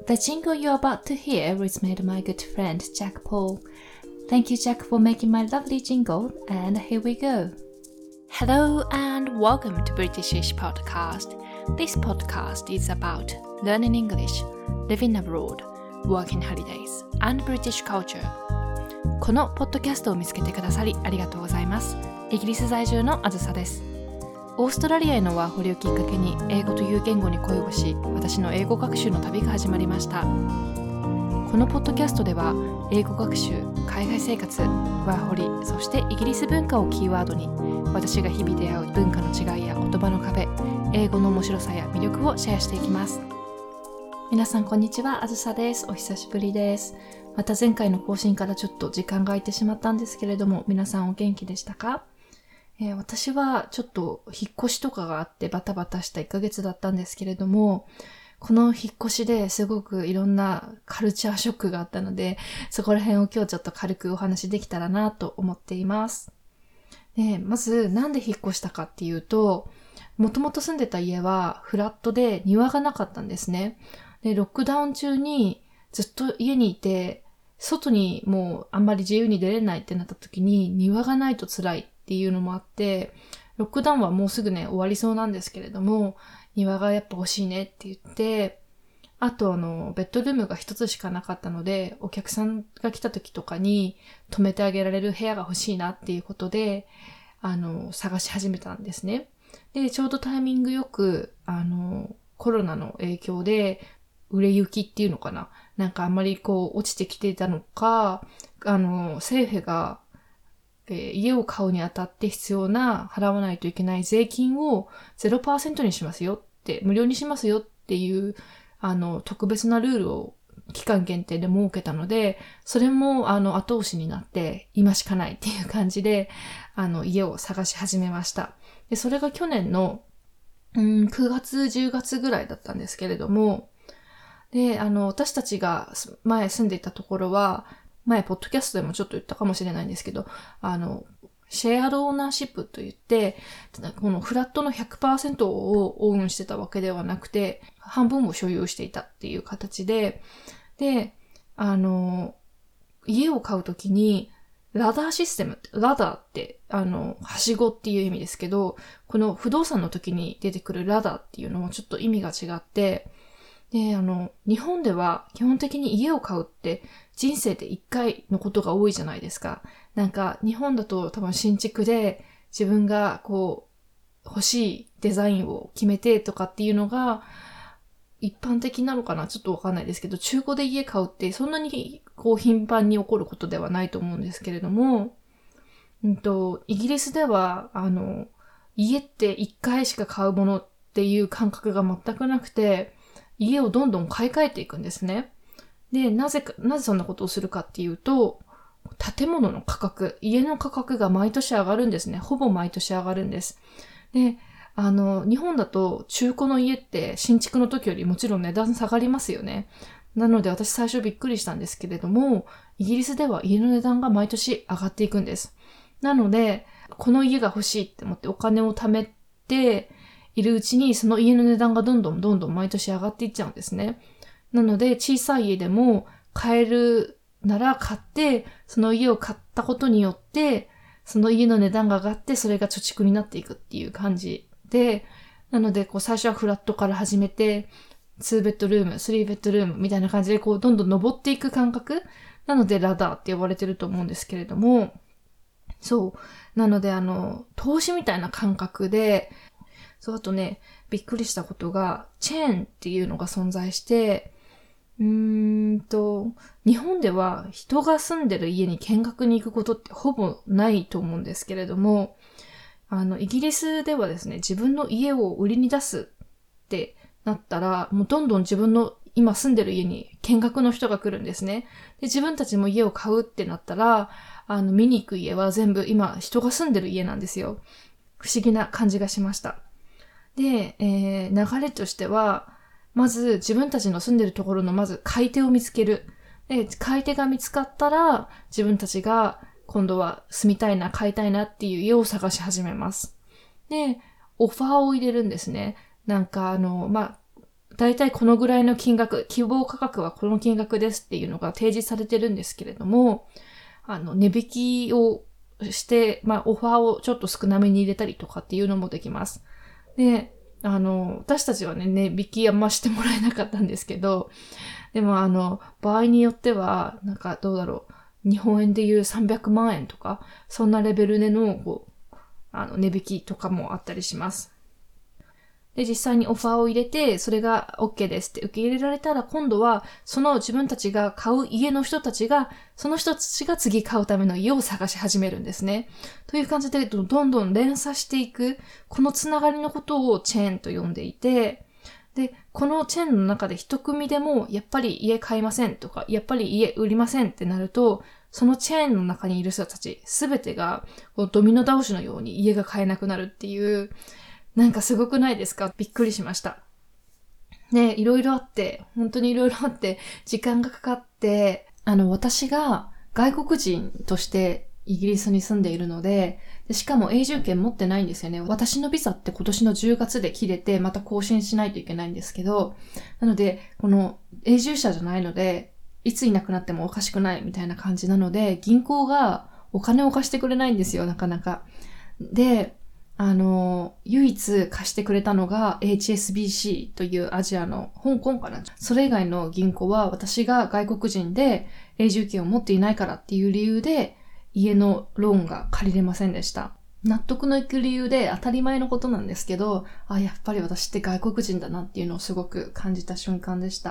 The jingle you're about to hear was made by my good friend Jack Paul. Thank you, Jack, for making my lovely jingle, and here we go. Hello and welcome to Britishish Podcast. This podcast is about learning English, living abroad, working holidays, and British culture. このポッドキャストを見つけてくださりありがとうございます。イギリス在住のあずさです。オーストラリアへのワーホリをきっかけに英語という言語に恋をし、私の英語学習の旅が始まりました。このポッドキャストでは英語学習、海外生活、ワーホリ、そしてイギリス文化をキーワードに、私が日々出会う文化の違いや言葉の壁、英語の面白さや魅力をシェアしていきます。皆さんこんにちは、あずさです。お久しぶりです。また前回の更新からちょっと時間が空いてしまったんですけれども、皆さんお元気でしたか？私はちょっと引っ越しとかがあってバタバタした1ヶ月だったんですけれども、この引っ越しですごくいろんなカルチャーショックがあったので、そこら辺を今日ちょっと軽くお話できたらなと思っています。で、まずなんで引っ越したかっていうと、もともと住んでた家はフラットで庭がなかったんですね。で、ロックダウン中にずっと家にいて、外にもうあんまり自由に出れないってなった時に庭がないと辛いっていうのもあって、ロックダウンはもうすぐね終わりそうなんですけれども、庭がやっぱ欲しいねって言って、あとベッドルームが一つしかなかったので、お客さんが来た時とかに泊めてあげられる部屋が欲しいなっていうことで、探し始めたんですね。で、ちょうどタイミングよくコロナの影響で売れ行きっていうのかな、なんかあんまり落ちてきていたのか、政府が家を買うにあたって必要な払わないといけない税金を 0% にしますよって、無料にしますよっていう特別なルールを期間限定で設けたので、それも後押しになって今しかないっていう感じで家を探し始めました。で、それが去年の9月10月ぐらいだったんですけれども、で、私たちが前住んでいたところは、前、ポッドキャストでもちょっと言ったかもしれないんですけど、シェアドオーナーシップと言って、このフラットの 100% をオーンしてたわけではなくて、半分を所有していたっていう形で、で、家を買うときに、ラダーシステム、ラダーって、はしごっていう意味ですけど、この不動産の時に出てくるラダーっていうのもちょっと意味が違って、で、日本では基本的に家を買うって人生で一回のことが多いじゃないですか。なんか日本だと多分新築で自分が欲しいデザインを決めてとかっていうのが一般的なのかな、ちょっとわかんないですけど、中古で家買うってそんなに頻繁に起こることではないと思うんですけれども、イギリスでは家って一回しか買うものっていう感覚が全くなくて、家をどんどん買い替えていくんですね。で、なぜそんなことをするかっていうと、建物の価格、家の価格が毎年上がるんですね。ほぼ毎年上がるんです。で、日本だと中古の家って新築の時よりもちろん値段下がりますよね。なので私最初びっくりしたんですけれども、イギリスでは家の値段が毎年上がっていくんです。なので、この家が欲しいって思ってお金を貯めて、いるうちにその家の値段がどんどん毎年上がっていっちゃうんですね。なので小さい家でも買えるなら買って、その家を買ったことによってその家の値段が上がってそれが貯蓄になっていくっていう感じで、なので最初はフラットから始めて2ベッドルーム、3ベッドルームみたいな感じでどんどん登っていく感覚なのでラダーって呼ばれてると思うんですけれども、そう。なので投資みたいな感覚で、そう、あとね、びっくりしたことが、チェーンっていうのが存在して、日本では人が住んでる家に見学に行くことってほぼないと思うんですけれども、イギリスではですね、自分の家を売りに出すってなったら、もうどんどん自分の今住んでる家に見学の人が来るんですね。で、自分たちも家を買うってなったら、見に行く家は全部今人が住んでる家なんですよ。不思議な感じがしました。で、流れとしては、まず自分たちの住んでるところのまず買い手を見つける。で、買い手が見つかったら、自分たちが今度は住みたいな、買いたいなっていう家を探し始めます。で、オファーを入れるんですね。なんかだいたいこのぐらいの金額、希望価格はこの金額ですっていうのが提示されてるんですけれども、値引きをして、オファーをちょっと少なめに入れたりとかっていうのもできます。で、私たちはね、値引きあんましてもらえなかったんですけど、でも場合によっては、どうだろう、日本円でいう300万円とか、そんなレベルでの、値引きとかもあったりします。で、実際にオファーを入れて、それが OK ですって受け入れられたら、今度は、その自分たちが買う家の人たちが、その人たちが次買うための家を探し始めるんですね。という感じで、どんどん連鎖していく、このつながりのことをチェーンと呼んでいて、で、このチェーンの中で一組でも、やっぱり家買いませんとか、やっぱり家売りませんってなると、そのチェーンの中にいる人たち、すべてがドミノ倒しのように家が買えなくなるっていう、すごくないですか？びっくりしました。ね、いろいろあって、本当にいろいろあって、時間がかかって、私が外国人としてイギリスに住んでいるので、しかも永住権持ってないんですよね。私のビザって今年の10月で切れて、また更新しないといけないんですけど、なので、この永住者じゃないので、いついなくなってもおかしくないみたいな感じなので、銀行がお金を貸してくれないんですよ、なかなか。で、唯一貸してくれたのが HSBC というアジアの香港かな。それ以外の銀行は私が外国人で永住権を持っていないからっていう理由で家のローンが借りれませんでした。納得のいく理由で当たり前のことなんですけど、やっぱり私って外国人だなっていうのをすごく感じた瞬間でした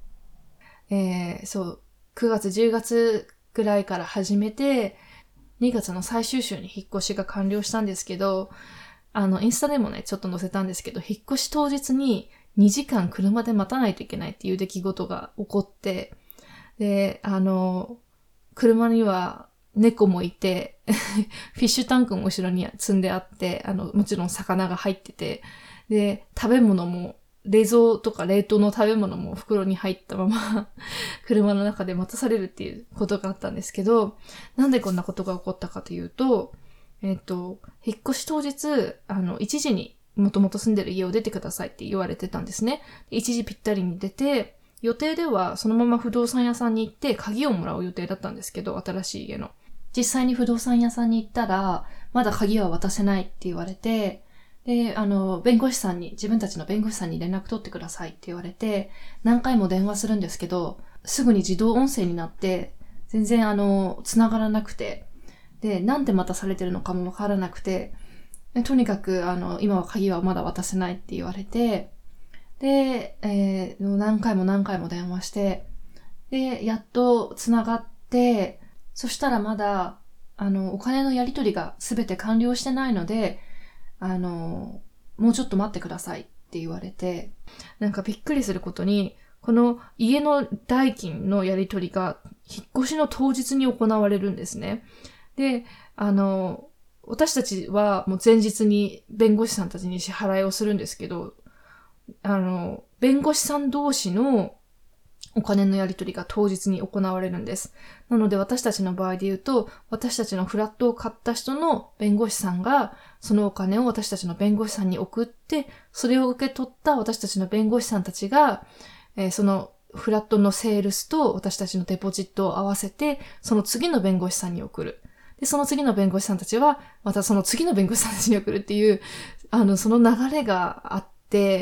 。9月10月ぐらいから始めて、2月の最終週に引っ越しが完了したんですけど、インスタでもね、ちょっと載せたんですけど、引っ越し当日に2時間車で待たないといけないっていう出来事が起こって、で、車には猫もいて、フィッシュタンクも後ろに積んであって、もちろん魚が入ってて、で、食べ物も、冷蔵とか冷凍の食べ物も袋に入ったまま車の中で待たされるっていうことがあったんですけど、なんでこんなことが起こったかというと、引っ越し当日、1時にもともと住んでる家を出てくださいって言われてたんですね。1時ぴったりに出て、予定ではそのまま不動産屋さんに行って鍵をもらう予定だったんですけど、新しい家の。実際に不動産屋さんに行ったら、まだ鍵は渡せないって言われて、で、自分たちの弁護士さんに連絡取ってくださいって言われて、何回も電話するんですけど、すぐに自動音声になって、全然繋がらなくて、で、なんで待たされてるのかもわからなくて、とにかく、今は鍵はまだ渡せないって言われて、で、何回も電話して、で、やっと繋がって、そしたらまだ、お金のやり取りがすべて完了してないので、もうちょっと待ってくださいって言われて、びっくりすることに、この家の代金のやり取りが引っ越しの当日に行われるんですね。で、私たちはもう前日に弁護士さんたちに支払いをするんですけど、弁護士さん同士のお金のやり取りが当日に行われるんです。なので私たちの場合で言うと、私たちのフラットを買った人の弁護士さんが、そのお金を私たちの弁護士さんに送って、それを受け取った私たちの弁護士さんたちが、そのフラットのセールスと私たちのデポジットを合わせて、その次の弁護士さんに送る。で、その次の弁護士さんたちは、またその次の弁護士さんたちに送るっていう、その流れがあって、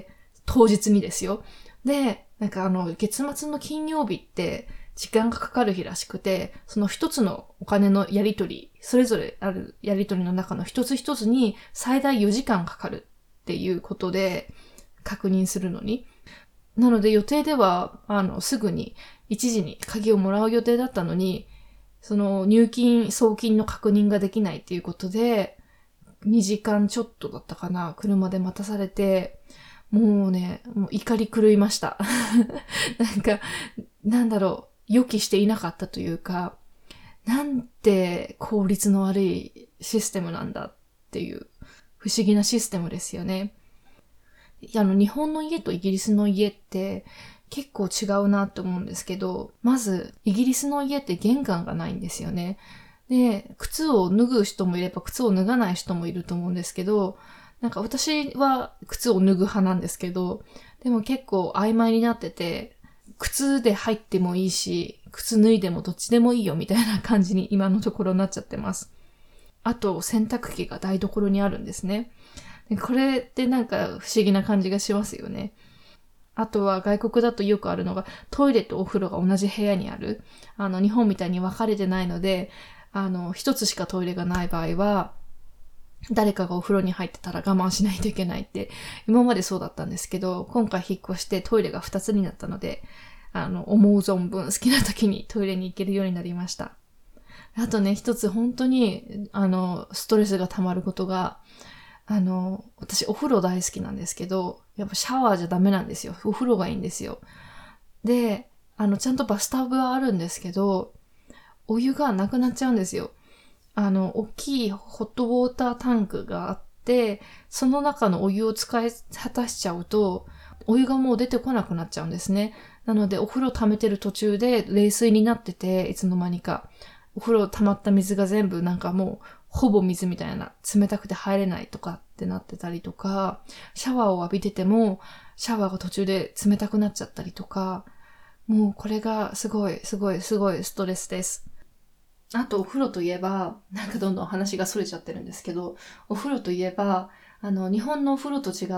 当日にですよ。で、月末の金曜日って時間がかかる日らしくて、その一つのお金のやり取り、それぞれあるやり取りの中の一つ一つに最大4時間かかるっていうことで確認するのに。なので予定では、すぐに1時に鍵をもらう予定だったのに、その入金、送金の確認ができないっていうことで、2時間ちょっとだったかな、車で待たされて、もう怒り狂いました。予期していなかったというか、なんて効率の悪いシステムなんだっていう不思議なシステムですよね。日本の家とイギリスの家って結構違うなと思うんですけど、まずイギリスの家って玄関がないんですよね。で、靴を脱ぐ人もいれば靴を脱がない人もいると思うんですけど、私は靴を脱ぐ派なんですけど、 でも結構曖昧になってて、靴で入ってもいいし、靴脱いでもどっちでもいいよみたいな感じに今のところになっちゃってます。あと、洗濯機が台所にあるんですね。でこれってなんか不思議な感じがしますよね。あとは外国だとよくあるのがトイレとお風呂が同じ部屋にある。日本みたいに分かれてないので、一つしかトイレがない場合は、誰かがお風呂に入ってたら我慢しないといけないって、今までそうだったんですけど、今回引っ越してトイレが2つになったので、思う存分好きな時にトイレに行けるようになりました。あとね、一つ本当に、ストレスが溜まることが、私お風呂大好きなんですけど、やっぱシャワーじゃダメなんですよ。お風呂がいいんですよ。で、ちゃんとバスタブはあるんですけど、お湯がなくなっちゃうんですよ。大きいホットウォータータンクがあって、その中のお湯を使い果たしちゃうと、お湯がもう出てこなくなっちゃうんですね。なので、お風呂溜めてる途中で冷水になってて、いつの間にか。お風呂溜まった水が全部なんかもう、ほぼ水みたいな、冷たくて入れないとかってなってたりとか、シャワーを浴びてても、シャワーが途中で冷たくなっちゃったりとか、もうこれがすごいストレスです。あとお風呂といえば、なんかどんどん話が逸れちゃってるんですけど、お風呂といえば、日本のお風呂と違って、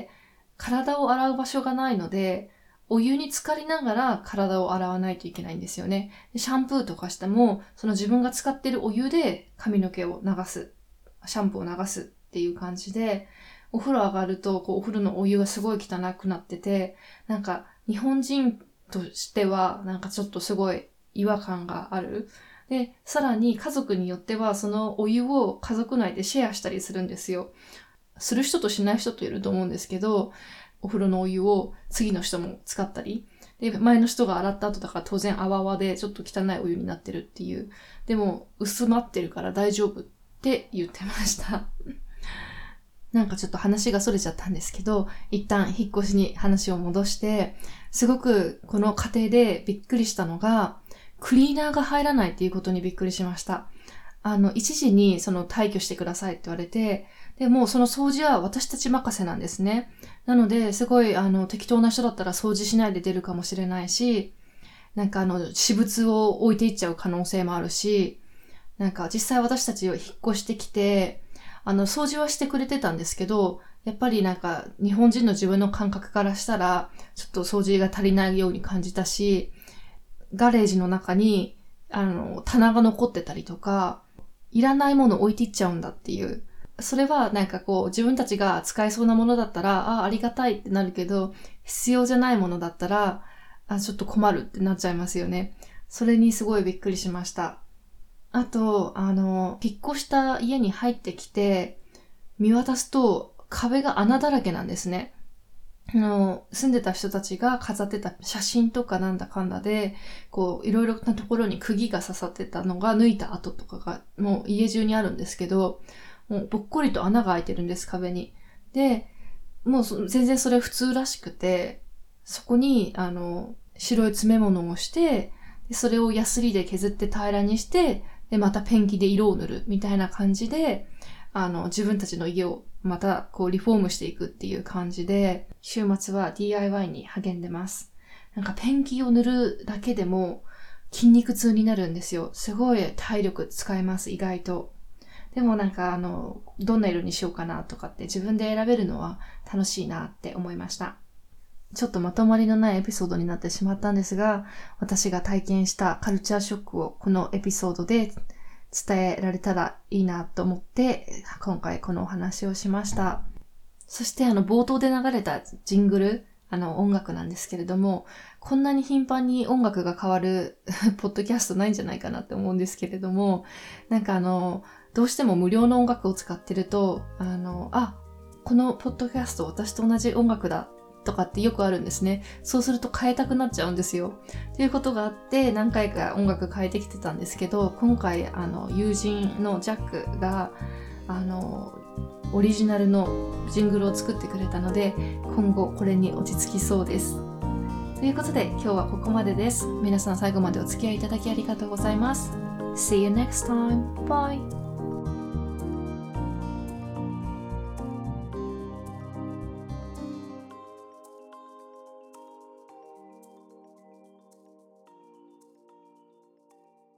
体を洗う場所がないので、お湯に浸かりながら体を洗わないといけないんですよね。シャンプーとかしても、その自分が使ってるお湯で髪の毛を流す。シャンプーを流すっていう感じで、お風呂上がると、お風呂のお湯がすごい汚くなってて、なんか日本人としては、なんかちょっとすごい違和感がある。で、さらに家族によっては、そのお湯を家族内でシェアしたりするんですよ。する人としない人といると思うんですけど、お風呂のお湯を次の人も使ったり、で、前の人が洗った後だから当然泡々でちょっと汚いお湯になってるっていう。でも、薄まってるから大丈夫って言ってました。なんかちょっと話が逸れちゃったんですけど、一旦引っ越しに話を戻して、すごくこの過程でびっくりしたのが、クリーナーが入らないっていうことにびっくりしました。一時に退去してくださいって言われて、で、もうその掃除は私たち任せなんですね。なので、すごい適当な人だったら掃除しないで出るかもしれないし、なんか私物を置いていっちゃう可能性もあるし、なんか実際私たちを引っ越してきて、掃除はしてくれてたんですけど、やっぱりなんか日本人の自分の感覚からしたら、ちょっと掃除が足りないように感じたし、ガレージの中に、棚が残ってたりとか、いらないもの置いていっちゃうんだっていう。それはなんか自分たちが使えそうなものだったら、ありがたいってなるけど、必要じゃないものだったら、ちょっと困るってなっちゃいますよね。それにすごいびっくりしました。あと、引っ越した家に入ってきて、見渡すと壁が穴だらけなんですね。住んでた人たちが飾ってた写真とかなんだかんだで、いろいろなところに釘が刺さってたのが抜いた跡とかがもう家中にあるんですけど、もうぼっこりと穴が開いてるんです、壁に。で、もう全然それ普通らしくて、そこに、白い詰め物をして、でそれをヤスリで削って平らにして、で、またペンキで色を塗るみたいな感じで、自分たちの家をまたリフォームしていくっていう感じで、週末は DIY に励んでます。なんかペンキを塗るだけでも筋肉痛になるんですよ。すごい体力使えます、意外と。でもなんかどんな色にしようかなとかって自分で選べるのは楽しいなって思いました。ちょっとまとまりのないエピソードになってしまったんですが、私が体験したカルチャーショックをこのエピソードで伝えられたらいいなと思って、今回このお話をしました。そして冒頭で流れたジングル、音楽なんですけれども、こんなに頻繁に音楽が変わるポッドキャストないんじゃないかなって思うんですけれども、なんかどうしても無料の音楽を使ってると、このポッドキャスト私と同じ音楽だとかってよくあるんですね。そうすると変えたくなっちゃうんですよ。ということがあって何回か音楽変えてきてたんですけど、今回友人のジャックがオリジナルのジングルを作ってくれたので、今後これに落ち着きそうです。ということで今日はここまでです。皆さん最後までお付き合いいただきありがとうございます。See you next time. Bye.